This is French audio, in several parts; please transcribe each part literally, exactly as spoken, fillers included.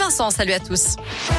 Vincent, salut à tous.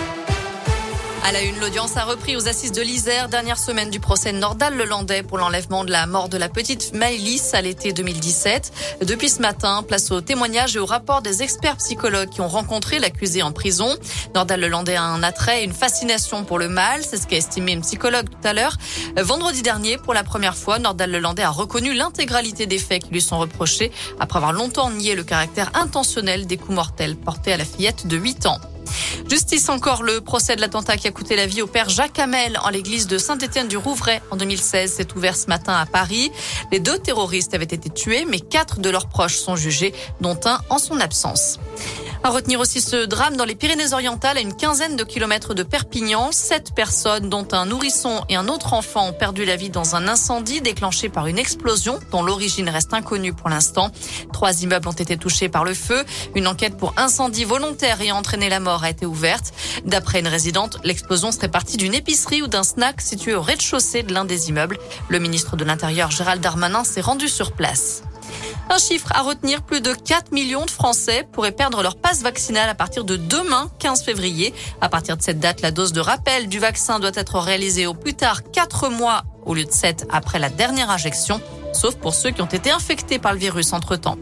À la une, l'audience a repris aux assises de l'Isère, dernière semaine du procès Nordal-Lelandais pour l'enlèvement de la mort de la petite Maëlys à l'été deux mille dix-sept. Depuis ce matin, place aux témoignages et au rapport des experts psychologues qui ont rencontré l'accusé en prison. Nordal-Lelandais a un attrait et une fascination pour le mal, c'est ce qu'a estimé une psychologue tout à l'heure. Vendredi dernier, pour la première fois, Nordal-Lelandais a reconnu l'intégralité des faits qui lui sont reprochés après avoir longtemps nié le caractère intentionnel des coups mortels portés à la fillette de huit ans. Justice encore, le procès de l'attentat qui a coûté la vie au père Jacques Hamel en l'église de Saint-Étienne-du-Rouvray en deux mille seize s'est ouvert ce matin à Paris. Les deux terroristes avaient été tués, mais quatre de leurs proches sont jugés, dont un en son absence. À retenir aussi ce drame dans les Pyrénées-Orientales, à une quinzaine de kilomètres de Perpignan. Sept personnes, dont un nourrisson et un autre enfant, ont perdu la vie dans un incendie déclenché par une explosion dont l'origine reste inconnue pour l'instant. Trois immeubles ont été touchés par le feu. Une enquête pour incendie volontaire ayant entraîné la mort a été ouverte. D'après une résidente, l'explosion serait partie d'une épicerie ou d'un snack situé au rez-de-chaussée de l'un des immeubles. Le ministre de l'Intérieur, Gérald Darmanin, s'est rendu sur place. Un chiffre à retenir, plus de quatre millions de Français pourraient perdre leur passe vaccinale à partir de demain, quinze février. À partir de cette date, la dose de rappel du vaccin doit être réalisée au plus tard quatre mois au lieu de sept après la dernière injection, sauf pour ceux qui ont été infectés par le virus entre-temps.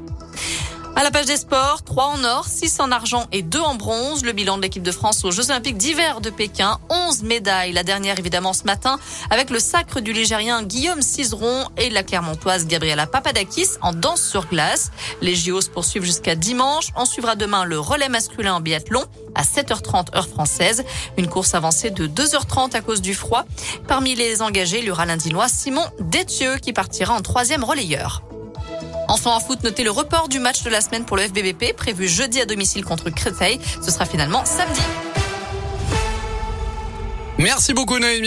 À la page des sports, trois en or, six en argent et deux en bronze. Le bilan de l'équipe de France aux Jeux Olympiques d'hiver de Pékin, onze médailles. La dernière évidemment ce matin avec le sacre du Ligérien Guillaume Cizeron et de la Clermontoise Gabriela Papadakis en danse sur glace. Les J O se poursuivent jusqu'à dimanche. On suivra demain le relais masculin en biathlon à sept heures trente heure française. Une course avancée de deux heures trente à cause du froid. Parmi les engagés, il y aura l'Indinois Simon Détieux qui partira en troisième relayeur. Enfin en foot, notez le report du match de la semaine pour le F B B P, prévu jeudi à domicile contre Créteil. Ce sera finalement samedi. Merci beaucoup Noémie.